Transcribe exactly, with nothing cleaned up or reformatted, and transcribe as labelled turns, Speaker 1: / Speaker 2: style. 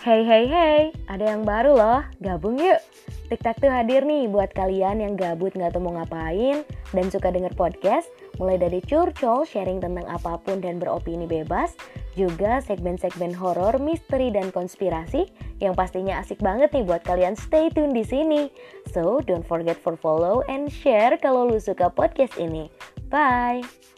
Speaker 1: Hey hey hey, ada yang baru loh, gabung yuk. TikTok tuh hadir nih buat kalian yang gabut gak tahu mau ngapain dan suka denger podcast, mulai dari curcol sharing tentang apapun dan beropini bebas, juga segmen-segmen horor, misteri dan konspirasi yang pastinya asik banget nih buat kalian stay tune di sini. So don't forget for follow and share kalau lu suka podcast ini. Bye.